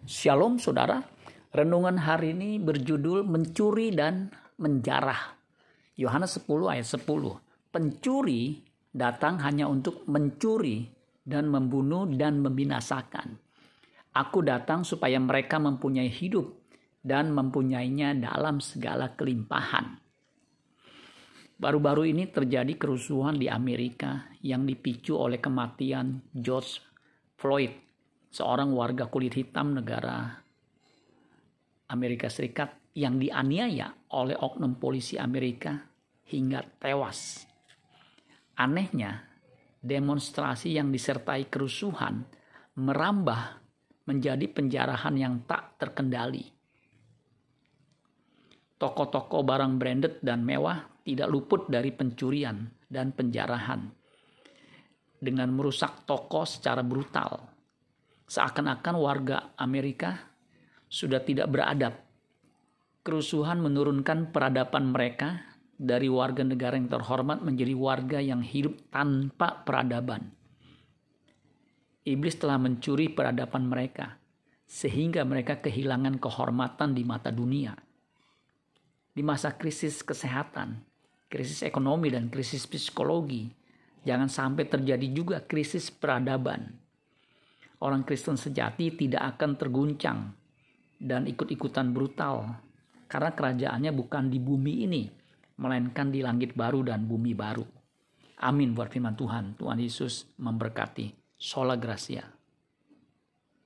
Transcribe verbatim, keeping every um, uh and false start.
Shalom saudara, renungan hari ini berjudul mencuri dan menjarah. Yohanes sepuluh ayat sepuluh. Pencuri datang hanya untuk mencuri dan membunuh dan membinasakan. Aku datang supaya mereka mempunyai hidup dan mempunyainya dalam segala kelimpahan. Baru-baru ini terjadi kerusuhan di Amerika yang dipicu oleh kematian George Floyd, seorang warga kulit hitam negara Amerika Serikat yang dianiaya oleh oknum polisi Amerika hingga tewas. Anehnya, demonstrasi yang disertai kerusuhan merambah menjadi penjarahan yang tak terkendali. Toko-toko barang branded dan mewah tidak luput dari pencurian dan penjarahan dengan merusak toko secara brutal. Seakan-akan warga Amerika sudah tidak beradab. Kerusuhan menurunkan peradaban mereka dari warga negara yang terhormat menjadi warga yang hidup tanpa peradaban. Iblis telah mencuri peradaban mereka sehingga mereka kehilangan kehormatan di mata dunia. Di masa krisis kesehatan, krisis ekonomi dan krisis psikologi, jangan sampai terjadi juga krisis peradaban. Orang Kristen sejati tidak akan terguncang dan ikut-ikutan brutal karena kerajaannya bukan di bumi ini, melainkan di langit baru dan bumi baru. Amin buat firman Tuhan. Tuhan Yesus memberkati. Sola Gracia.